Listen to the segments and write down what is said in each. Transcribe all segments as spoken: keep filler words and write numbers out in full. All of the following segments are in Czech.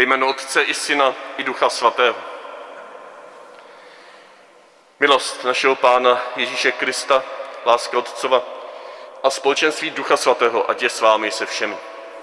Ve jménu Otce i Syna i Ducha Svatého. Milost našeho Pána Ježíše Krista, láska Otcova a společenství Ducha Svatého, ať je s vámi se všemi.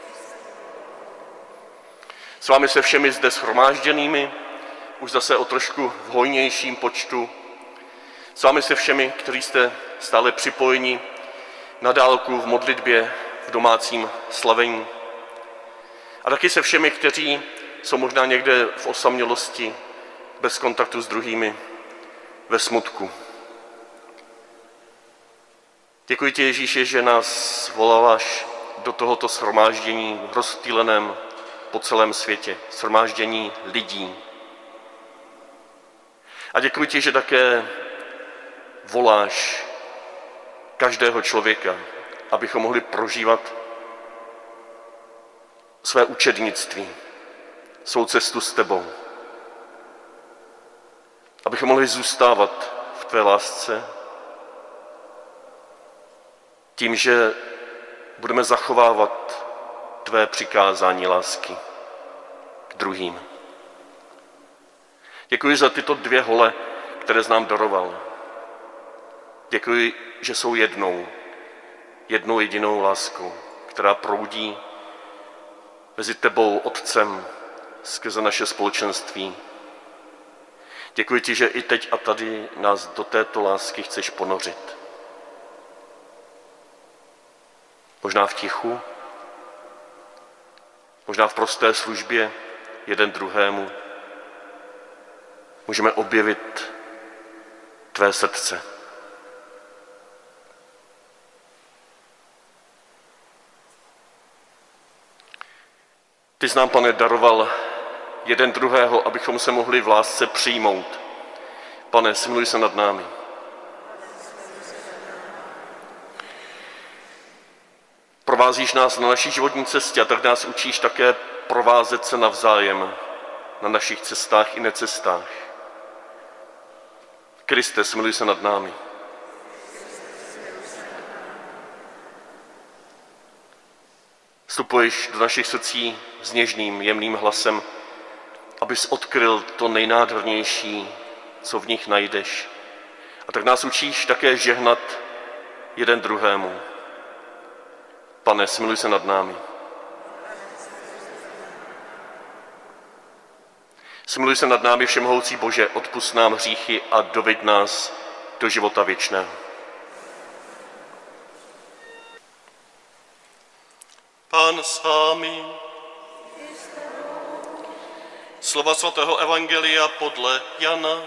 S vámi se všemi zde shromážděnými, už zase o trošku v hojnějším počtu. S vámi se všemi, kteří jste stále připojeni na dálku v modlitbě, v domácím slavení. A taky se všemi, kteří jsou možná někde v osamělosti, bez kontaktu s druhými, ve smutku. Děkuji ti, Ježíši, že nás voláváš do tohoto shromáždění rozptýleném po celém světě, shromáždění lidí. A děkuji ti, že také voláš každého člověka, abychom mohli prožívat své učednictví, svou cestu s tebou. Abychom mohli zůstávat v tvé lásce tím, že budeme zachovávat tvé přikázání lásky k druhým. Děkuji za tyto dvě hole, které jsi nám daroval. Děkuji, že jsou jednou, jednou jedinou láskou, která proudí mezi tebou, Otcem, skrze naše společenství. Děkuji ti, že i teď a tady nás do této lásky chceš ponořit. Možná v tichu, možná v prosté službě jeden druhému můžeme objevit tvé srdce. Ty jsi nám, Pane, daroval jeden druhého, abychom se mohli v lásce přijmout. Pane, smiluj se nad námi. Provázíš nás na naší životní cestě a tak nás učíš také provázet se navzájem na našich cestách i necestách. Kriste, smiluj se nad námi. Vstupuješ do našich srdcí s něžným, jemným hlasem, abys odkryl to nejnádhernější, co v nich najdeš. A tak nás učíš také žehnat jeden druhému. Pane, smiluj se nad námi. Smiluj se nad námi, všemohoucí Bože, odpusť nám hříchy a doveď nás do života věčného. Pán s vámi. Slova svatého evangelia podle Jana.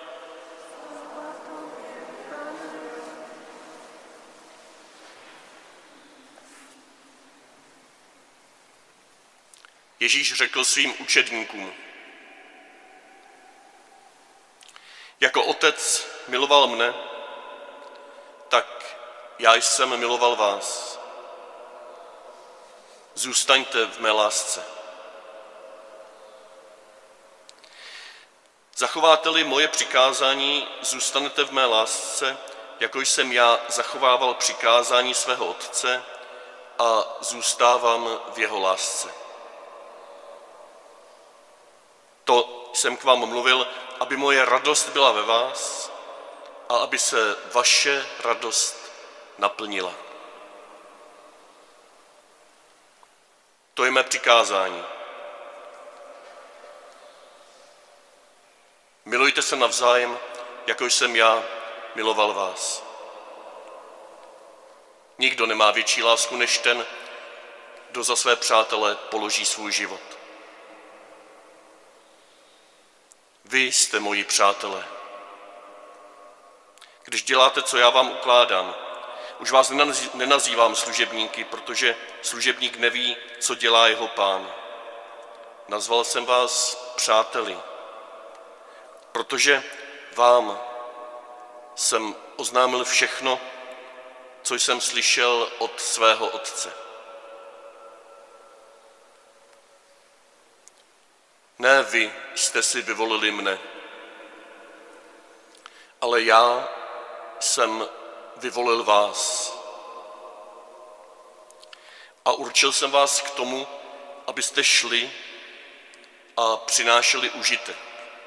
Ježíš řekl svým učedníkům: Jako Otec miloval mne, tak já jsem miloval vás. Zůstaňte v mé lásce. Zachováte-li moje přikázání, zůstanete v mé lásce, jako jsem já zachovával přikázání svého Otce a zůstávám v jeho lásce. To jsem k vám mluvil, aby moje radost byla ve vás a aby se vaše radost naplnila. To je mé přikázání. Milujte se navzájem, jako jsem já miloval vás. Nikdo nemá větší lásku než ten, kdo za své přátele položí svůj život. Vy jste moji přátelé. Když děláte, co já vám ukládám, už vás nenazývám služebníky, protože služebník neví, co dělá jeho pán. Nazval jsem vás přáteli, protože vám jsem oznámil všechno, co jsem slyšel od svého Otce. Ne vy jste si vyvolili mne, ale já jsem vyvolil vás. A určil jsem vás k tomu, abyste šli a přinášeli užitek.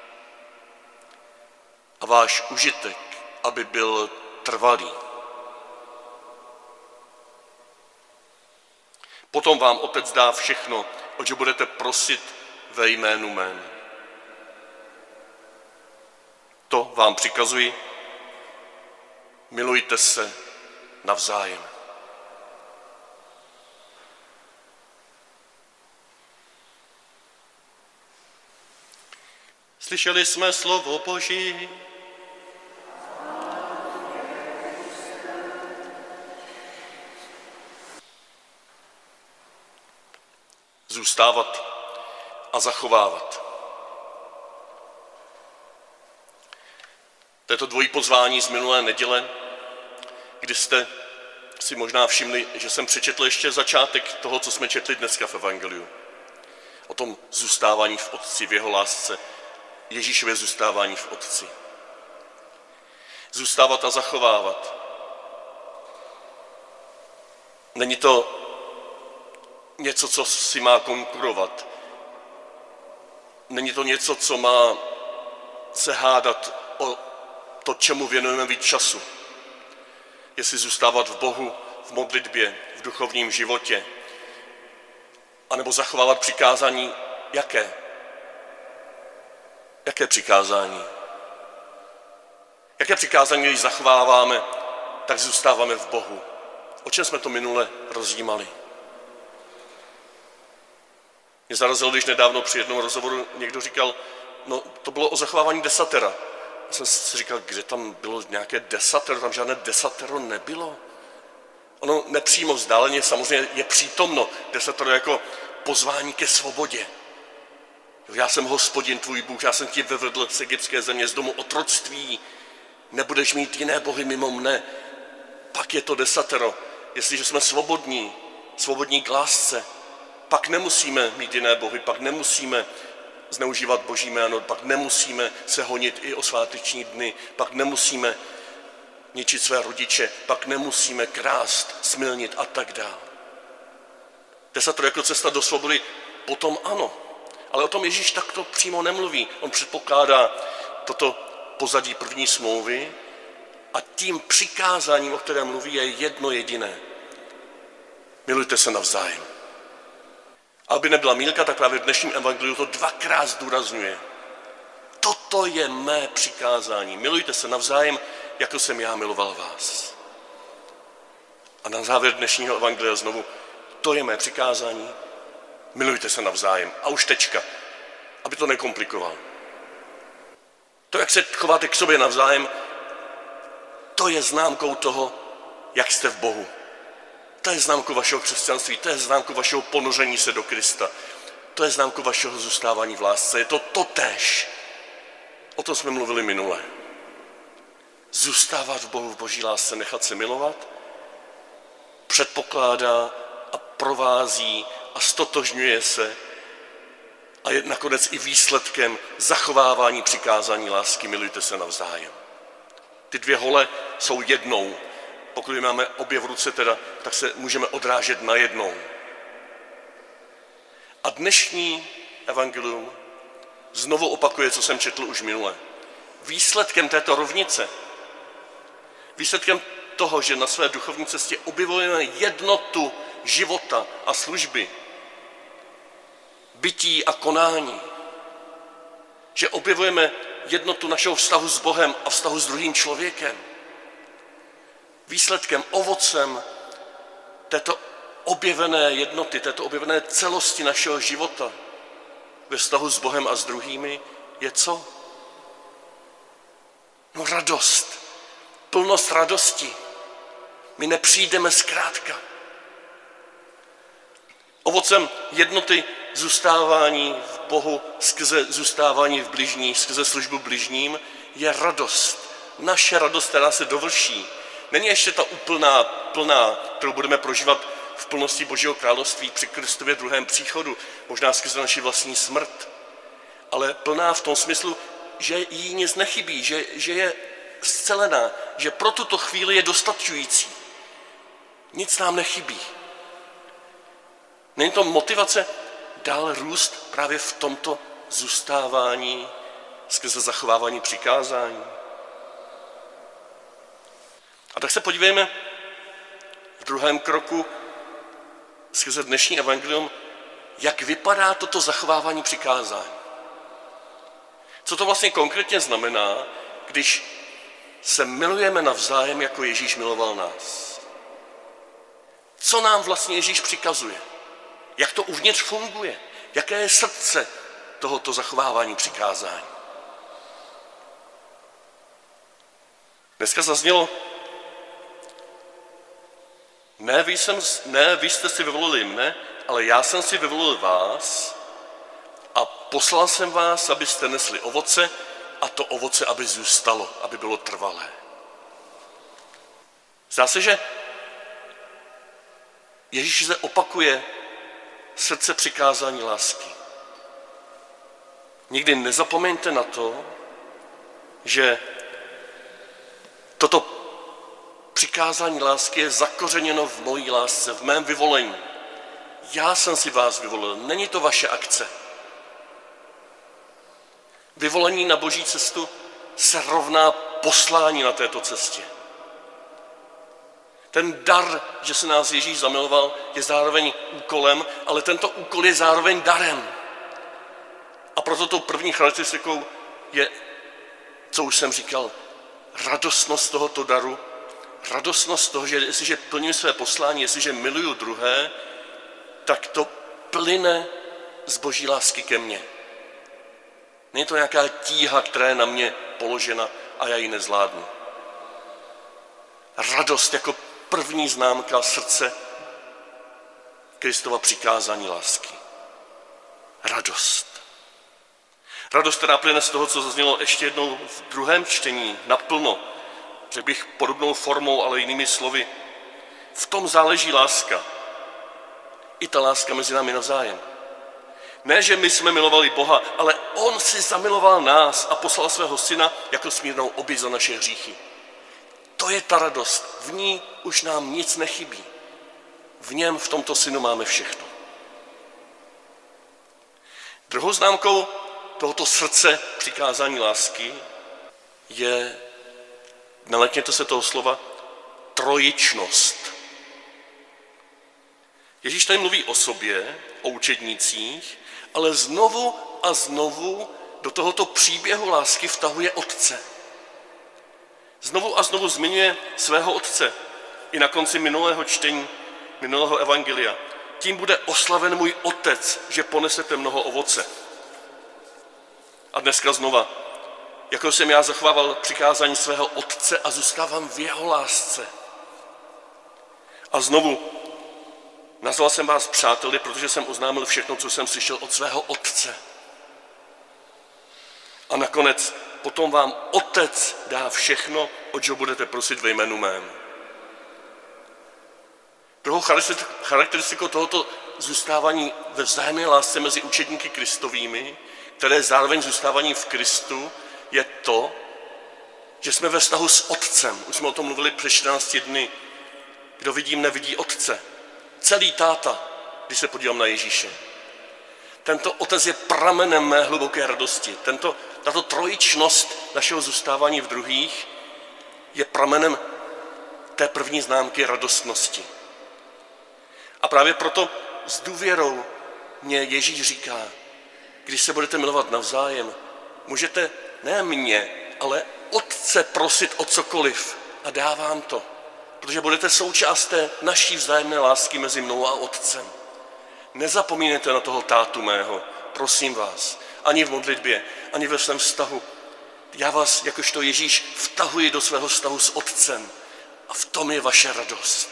A váš užitek, aby byl trvalý. Potom vám Otec dá všechno, o co budete prosit ve jménu mém. To vám přikazuji, milujte se navzájem. Slyšeli jsme slovo Boží. Zůstávat a zachovávat. To je to dvojí pozvání z minulé neděle, kdy jste si možná všimli, že jsem přečetl ještě začátek toho, co jsme četli dneska v Evangeliu. O tom zůstávání v Otci, v jeho lásce, Ježíšově zůstávání v Otci. Zůstávat a zachovávat. Není to něco, co si má konkurovat. Není to něco, co má se hádat o to, čemu věnujeme víc času. Jestli zůstávat v Bohu, v modlitbě, v duchovním životě, anebo zachovávat přikázání jaké? Jaké přikázání? Jaké přikázání, když zachováváme, tak zůstáváme v Bohu? O čem jsme to minule rozjímali? Mě zarazilo, když nedávno při jednom rozhovoru někdo říkal, no to bylo o zachovávání desatera. Já jsem si říkal, kde tam bylo nějaké desatero, tam žádné desatero nebylo. Ono nepřímo vzdáleně samozřejmě je přítomno. Desatero jako pozvání ke svobodě. Já jsem Hospodin tvůj Bůh, já jsem tě vyvedl z egyptské země, z domu otroctví. Nebudeš mít jiné bohy mimo mne. Pak je to desatero. Jestliže jsme svobodní, svobodní k lásce, pak nemusíme mít jiné bohy, pak nemusíme zneužívat Boží jméno, pak nemusíme se honit i o sváteční dny, pak nemusíme ničit své rodiče, pak nemusíme krást, smilnit a tak dále. Desatero jako cesta do svobody, potom ano. Ale o tom Ježíš takto přímo nemluví. On předpokládá toto pozadí první smlouvy a tím přikázáním, o kterém mluví, je jedno jediné. Milujte se navzájem. Aby nebyla mýlka, tak právě v dnešním evangeliu to dvakrát zdůrazňuje. Toto je mé přikázání. Milujte se navzájem, jako jsem já miloval vás. A na závěr dnešního evangelia znovu, to je mé přikázání, milujte se navzájem. A už tečka, aby to nekomplikoval. To, jak se chováte k sobě navzájem, to je známkou toho, jak jste v Bohu. To je známkou vašeho křesťanství, to je známkou vašeho ponoření se do Krista. To je známkou vašeho zůstávání v lásce. Je to totéž. O tom jsme mluvili minule. Zůstávat v Bohu, v Boží lásce, nechat se milovat, předpokládá a provází a stotožňuje se a je nakonec i výsledkem zachovávání přikázání lásky, milujte se navzájem. Ty dvě hole jsou jednou. Pokud je máme obě v ruce teda, tak se můžeme odrážet na jednou. A dnešní evangelium znovu opakuje, co jsem četl už minule. Výsledkem této rovnice, výsledkem toho, že na své duchovní cestě objevujeme jednotu života a služby, bytí a konání, že objevujeme jednotu našeho vztahu s Bohem a vztahu s druhým člověkem, výsledkem, ovocem této objevené jednoty, této objevené celosti našeho života ve vztahu s Bohem a s druhými je co? No radost, plnost radosti. My nepřijdeme zkrátka. Ovocem jednoty zůstávání v Bohu skrze zůstávání v bližní, skrze službu bližním je radost. Naše radost, která se dovrší. Není ještě ta úplná, plná, kterou budeme prožívat v plnosti Božího království při Kristově druhém příchodu, možná skrze naši vlastní smrt, ale plná v tom smyslu, že jí nic nechybí, že, že je scelená, že pro tuto chvíli je dostačující. Nic nám nechybí. Není to motivace dál růst právě v tomto zůstávání skrze zachovávání přikázání. A tak se podívejme v druhém kroku skrze dnešní evangelium, jak vypadá toto zachovávání přikázání. Co to vlastně konkrétně znamená, když se milujeme navzájem, jako Ježíš miloval nás. Co nám vlastně Ježíš přikazuje? Jak to uvnitř funguje? Jaké je srdce tohoto zachovávání přikázání? Dneska zaznělo, ne vy, jsem, ne, vy jste si vyvolili mne, ale já jsem si vyvolil vás a poslal jsem vás, abyste nesli ovoce, a to ovoce, aby zůstalo, aby bylo trvalé. Zdá se, že Ježíš zde opakuje srdce přikázání lásky. Nikdy nezapomeňte na to, že toto přikázání lásky je zakořeněno v mojí lásce, v mém vyvolení. Já jsem si vás vyvolil, není to vaše akce. Vyvolení na Boží cestu se rovná poslání na této cestě. Ten dar, že se nás Ježíš zamiloval, je zároveň úkolem, ale tento úkol je zároveň darem. A proto tou první charakteristikou je, co už jsem říkal, radostnost tohoto daru, radostnost toho, že jestliže plním své poslání, jestliže miluju druhé, tak to plyne z Boží lásky ke mně. Není to nějaká tíha, která je na mě položena a já ji nezvládnu. Radost jako první známka srdce Kristova přikázání lásky. Radost. Radost, která plyne z toho, co zaznělo ještě jednou v druhém čtení, naplno, řekl bych podobnou formou, ale jinými slovy. V tom záleží láska. I ta láska mezi námi navzájem. Ne, že my jsme milovali Boha, ale on si zamiloval nás a poslal svého syna jako smírnou oběť za naše hříchy. To je ta radost. V ní už nám nic nechybí. V něm, v tomto synu máme všechno. Druhou známkou tohoto srdce přikázání lásky je, nelekněte se toho slova, trojičnost. Ježíš tady mluví o sobě, o učednících, ale znovu a znovu do tohoto příběhu lásky vtahuje Otce. Znovu a znovu zmiňuje svého Otce. I na konci minulého čtení, minulého evangelia. Tím bude oslaven můj Otec, že ponesete mnoho ovoce. A dneska znova, jako jsem já zachovával přikázání svého Otce a zůstávám v jeho lásce. A znovu, nazval jsem vás přáteli, protože jsem oznámil všechno, co jsem slyšel od svého Otce. A nakonec potom vám Otec dá všechno, o čeho budete prosit ve jménu mém. Druhou charakteristikou tohoto zůstávání ve vzájemné lásce mezi učedníky Kristovými, které zároveň zůstávání v Kristu, je to, že jsme ve vztahu s Otcem. Už jsme o tom mluvili před čtrnácti dny. Kdo vidím, nevidí Otce. Celý táta, když se podívám na Ježíše. Tento Otec je pramenem mé hluboké radosti. Tento, tato trojičnost našeho zůstávání v druhých je pramenem té první známky radostnosti. A právě proto s důvěrou mě Ježíš říká, když se budete milovat navzájem, můžete ne mě, ale Otce prosit o cokoliv a dávám to. Protože budete součást té naší vzájemné lásky mezi mnou a Otcem. Nezapomínejte na toho tátu mého, prosím vás, ani v modlitbě, ani ve svém vztahu. Já vás, jakožto Ježíš, vtahuji do svého vztahu s Otcem a v tom je vaše radost.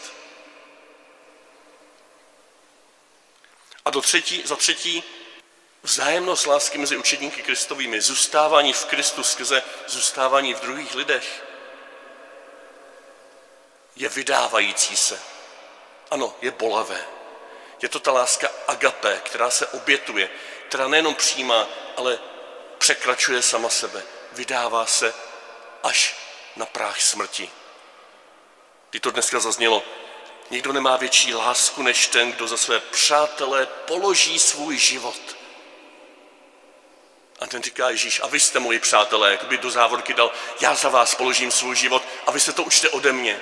A do třetí, za třetí, vzájemnost lásky mezi učedníky Kristovými, zůstávání v Kristu skrze zůstávání v druhých lidech, je vydávající se. Ano, je bolavé. Je to ta láska agapé, která se obětuje, která nejenom přijímá, ale překračuje sama sebe. Vydává se až na práh smrti. Když to dneska zaznělo, nikdo nemá větší lásku než ten, kdo za své přátelé položí svůj život. A ten říká Ježíš, a vy jste moji přátelé, jak by do závorky dal, já za vás položím svůj život a vy se to učte ode mě.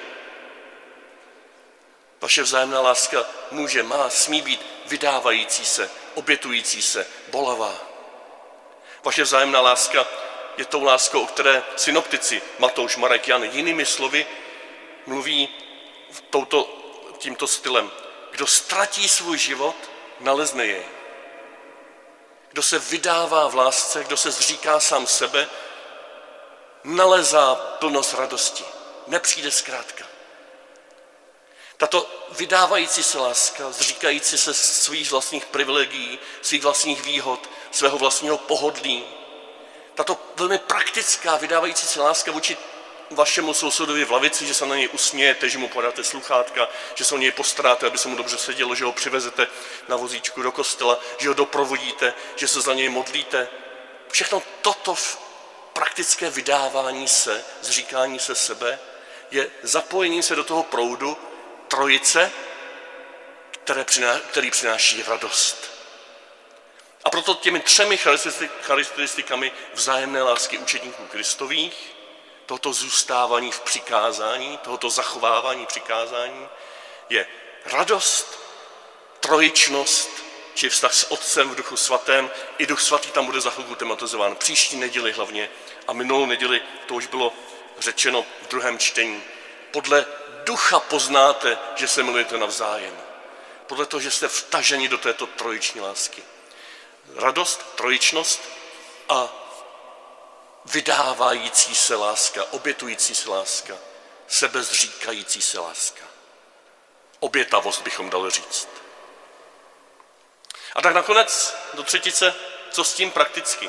Vaše vzájemná láska může, má, smí být vydávající se, obětující se, bolavá. Vaše vzájemná láska je tou láskou, o které synoptici Matouš, Marek, Jan jinými slovy mluví touto, tímto stylem. Kdo ztratí svůj život, nalezne jej. Kdo se vydává v lásce, kdo se zříká sám sebe, nalezá plnost radosti. Nepřijde zkrátka. Tato vydávající se láska, zříkající se svých vlastních privilegií, svých vlastních výhod, svého vlastního pohodlí, tato velmi praktická vydávající se láska vůči vašemu sousedovi v lavici, že se na něj usmějete, že mu podáte sluchátka, že se o něj postaráte, aby se mu dobře sedělo, že ho přivezete na vozíčku do kostela, že ho doprovodíte, že se za něj modlíte. Všechno toto praktické vydávání se, zříkání se sebe, je zapojení se do toho proudu trojice, které přiná, který přináší radost. A proto těmi třemi charakteristikami vzájemné lásky učedníků Kristových, tohoto zůstávání v přikázání, tohoto zachovávání přikázání, je radost, trojičnost, či vztah s Otcem v Duchu Svatém. I Duch Svatý tam bude za chvilku tematizován příští neděli hlavně. A minulou neděli to už bylo řečeno v druhém čtení. Podle ducha poznáte, že se milujete navzájem. Podle toho, že jste vtaženi do této trojiční lásky. Radost, trojičnost a vydávající se láska, obětující se láska, sebezříkající se láska. Obětavost bychom dali říct. A tak nakonec do třetice, co s tím prakticky?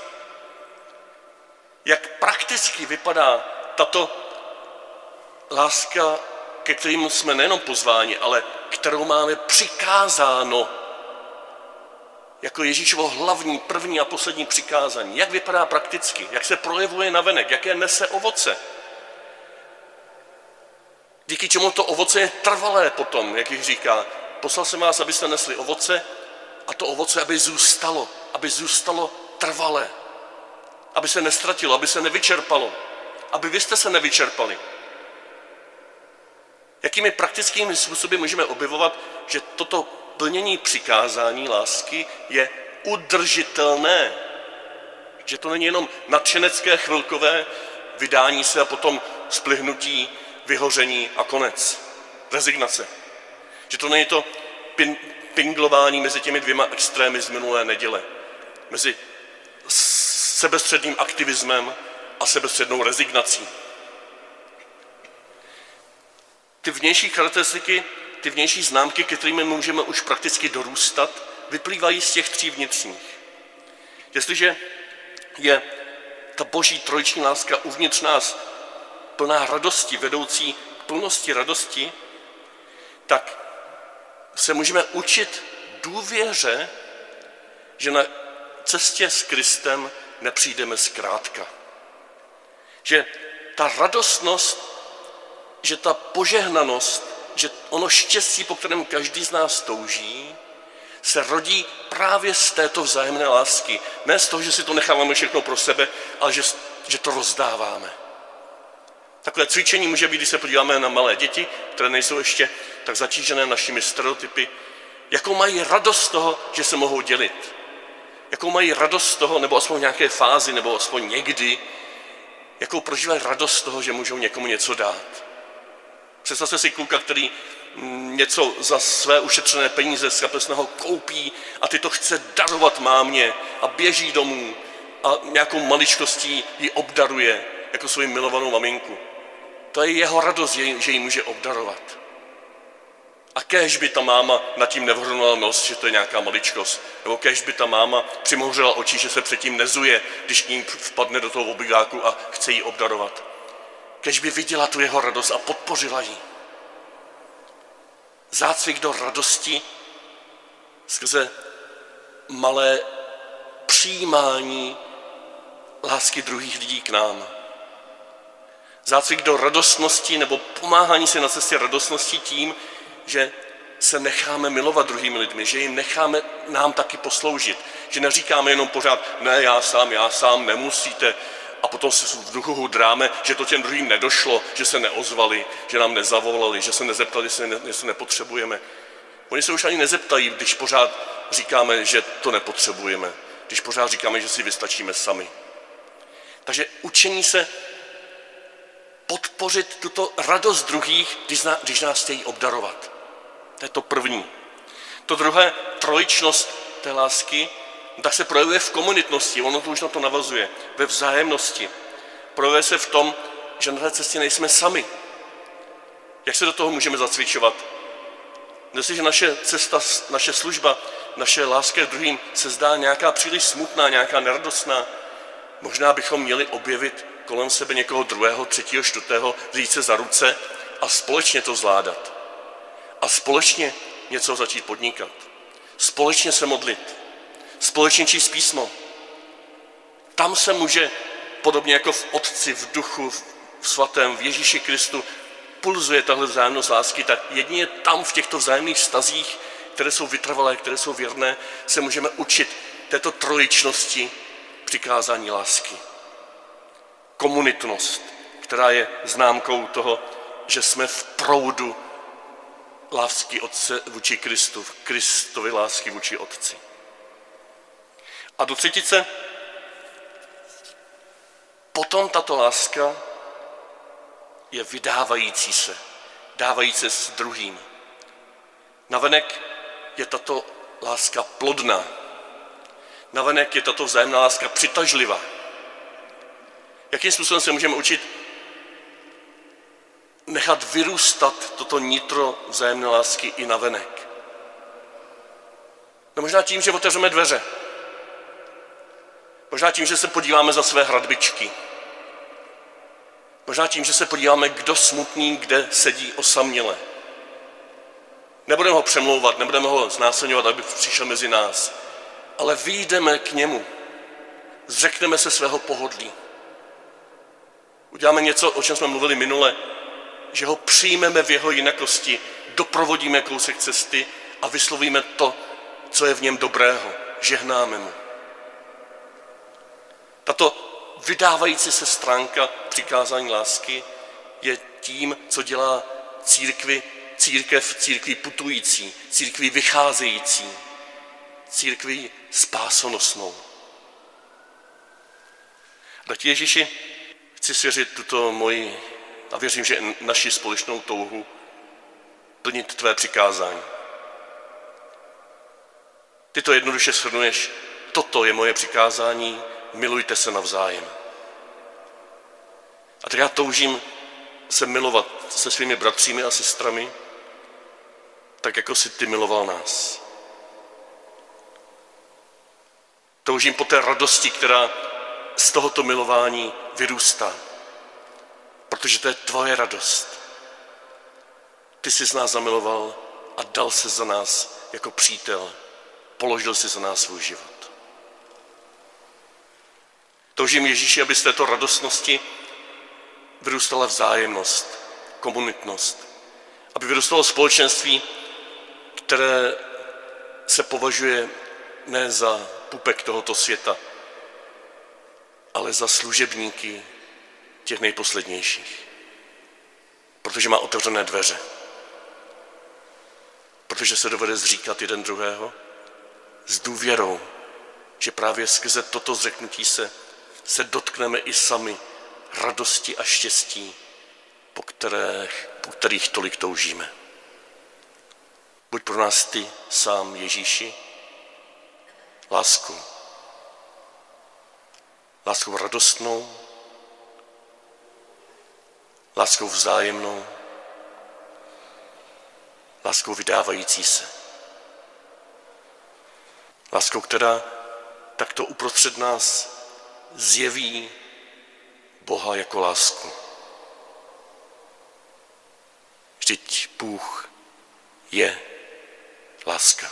Jak prakticky vypadá tato láska, ke kterému jsme nejenom pozváni, ale kterou máme přikázáno jako Ježíšovo hlavní, první a poslední přikázání. Jak vypadá prakticky? Jak se projevuje navenek? Jaké nese ovoce? Díky čemu to ovoce je trvalé potom, jak jich říká. Poslal jsem vás, abyste nesli ovoce a to ovoce, aby zůstalo, aby zůstalo trvalé. Aby se nestratilo, aby se nevyčerpalo. Aby vy jste se nevyčerpali. Jakými praktickými způsoby můžeme objevovat, že toto plnění přikázání lásky je udržitelné. Že to není jenom nadšenecké chvilkové vydání se a potom splihnutí, vyhoření a konec. Rezignace. Že to není to pin, pinglování mezi těmi dvěma extrémy z minulé neděle. Mezi sebestředným aktivismem a sebestřednou rezignací. Ty vnější charakteristiky, ty vnější známky, ke kterými můžeme už prakticky dorůstat, vyplývají z těch tří vnitřních. Jestliže je ta boží trojiční láska uvnitř nás plná radosti, vedoucí k plnosti radosti, tak se můžeme učit důvěře, že na cestě s Kristem nepřijdeme zkrátka. Že ta radostnost, že ta požehnanost, že ono štěstí, po kterém každý z nás touží, se rodí právě z této vzájemné lásky. Ne z toho, že si to necháváme všechno pro sebe, ale že, že to rozdáváme. Takové cvičení může být, když se podíváme na malé děti, které nejsou ještě tak zatížené našimi stereotypy, jakou mají radost z toho, že se mohou dělit. Jakou mají radost z toho, nebo aspoň v nějaké fázi, nebo aspoň někdy, jakou prožívají radost z toho, že můžou někomu něco dát. Představte si kluka, který něco za své ušetřené peníze z kapesného koupí a ty to chce darovat mámě a běží domů a nějakou maličkostí ji obdaruje jako svoji milovanou maminku. To je jeho radost, že ji může obdarovat. A kéž by ta máma nad tím nevhrnula nos, že to je nějaká maličkost. Nebo kéž by ta máma přimouřila oči, že se předtím nezuje, když k ní vpadne do toho obligáku a chce ji obdarovat. Kéž by viděla tu jeho radost a podpořila ji. Zácvik do radosti skrze malé přijímání lásky druhých lidí k nám. Zácvik do radostnosti nebo pomáhání si na cestě radostnosti tím, že se necháme milovat druhými lidmi, že jim necháme nám taky posloužit, že neříkáme jenom pořád, ne, já sám, já sám, nemusíte, a potom se v duchu hudráme, že to těm druhým nedošlo, že se neozvali, že nám nezavolali, že se nezeptali, jestli, ne, jestli nepotřebujeme. Oni se už ani nezeptají, když pořád říkáme, že to nepotřebujeme, když pořád říkáme, že si vystačíme sami. Takže učení se podpořit tuto radost druhých, když nás chtějí obdarovat. To je to první. To druhé, trojičnost té lásky, tak se projevuje v komunitnosti, ono to už na to navazuje, ve vzájemnosti. Projevuje se v tom, že na té cestě nejsme sami. Jak se do toho můžeme zacvičovat? Jestliže naše cesta, naše služba, naše láska k druhým se zdá nějaká příliš smutná, nějaká neradostná, možná bychom měli objevit kolem sebe někoho druhého, třetího, čtvrtého, vzít se za ruce a společně to zvládat. A společně něco začít podnikat. Společně se modlit. Společně číst písmo. Tam se může, podobně jako v Otci, v Duchu, v Svatém, v Ježíši Kristu, pulzuje tahle vzájemnost lásky, tak jedině tam v těchto vzájemných vztazích, které jsou vytrvalé, které jsou věrné, se můžeme učit této trojičnosti přikázání lásky. Komunitnost, která je známkou toho, že jsme v proudu lásky Otce vůči Kristu, v Kristovi lásky vůči Otci. A do třetice, potom tato láska je vydávající se, dávající se s druhým. Navenek je tato láska plodná. Navenek je tato vzájemná láska přitažlivá. Jakým způsobem se můžeme učit nechat vyrůstat toto nitro vzájemné lásky i navenek? No možná tím, že otevřeme dveře. Možná tím, že se podíváme za své hradbičky. Možná tím, že se podíváme, kdo smutný, kde sedí osaměle. Nebudeme ho přemlouvat, nebudeme ho znásilňovat, aby přišel mezi nás, ale vyjdeme k němu, zřekneme se svého pohodlí. Uděláme něco, o čem jsme mluvili minule, že ho přijmeme v jeho jinakosti, doprovodíme kousek cesty a vyslovíme to, co je v něm dobrého, žehnáme mu. Tato vydávající se stránka přikázání lásky je tím, co dělá církvi, církev církví putující, církví vycházející, církví spásonosnou. Tak Ježíši, chci svěřit tuto moji, a věřím, že naši společnou touhu, plnit tvé přikázání. Ty to jednoduše shrnuješ, toto je moje přikázání, milujte se navzájem. A tak já toužím se milovat se svými bratřími a sestrami, tak jako jsi ty miloval nás. Toužím po té radosti, která z tohoto milování vyrůstá, protože to je tvoje radost. Ty jsi z nás zamiloval a dal se za nás jako přítel, položil si za nás svůj život. Toužím Ježíši, aby z této radostnosti vyrůstala vzájemnost, komunitnost, aby vyrůstalo společenství, které se považuje ne za pupek tohoto světa, ale za služebníky těch nejposlednějších. Protože má otevřené dveře. Protože se dovede zříkat jeden druhého s důvěrou, že právě skrze toto zřeknutí se, se dotkneme i sami radosti a štěstí, po kterých, po kterých tolik toužíme. Buď pro nás ty sám, Ježíši, láskou. Láskou radostnou, láskou vzájemnou, láskou vydávající se. Láskou, která takto uprostřed nás zjeví Boha jako lásku. Vždyť Bůh je láska.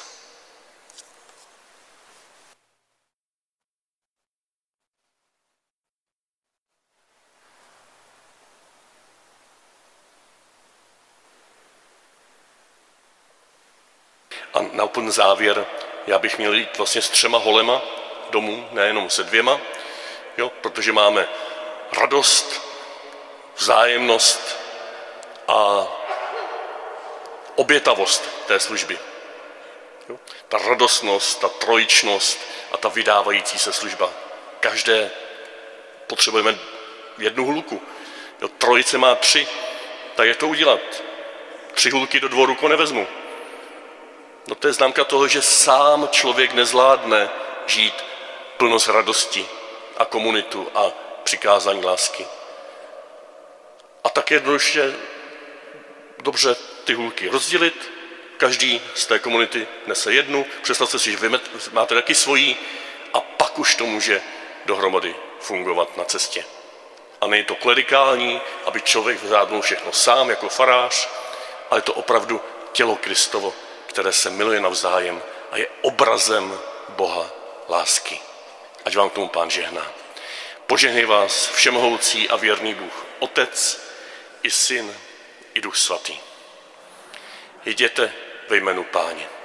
A na úplný závěr já bych měl jít vlastně s třema holema domů, nejenom se dvěma, jo, protože máme radost, vzájemnost a obětavost té služby. Jo? Ta radostnost, ta trojičnost a ta vydávající se služba. Každé potřebujeme jednu hulku. Jo? Trojice má tři, tak jak to udělat? Tři hulky do dvou rukou nevezmu. No to je známka toho, že sám člověk nezvládne žít plnost radosti a komunitu a přikázání lásky. A tak jednoduše dobře ty hulky rozdělit, každý z té komunity nese jednu, představte si, že vy máte taky svoji a pak už to může dohromady fungovat na cestě. A není to klerikální, aby člověk zvládnul všechno sám jako farář, ale je to opravdu tělo Kristovo, které se miluje navzájem a je obrazem Boha lásky. Ať vám k tomu Pán žehná. Požehnej vás všemohoucí a věrný Bůh, Otec i Syn i Duch Svatý. Jděte ve jménu Páně.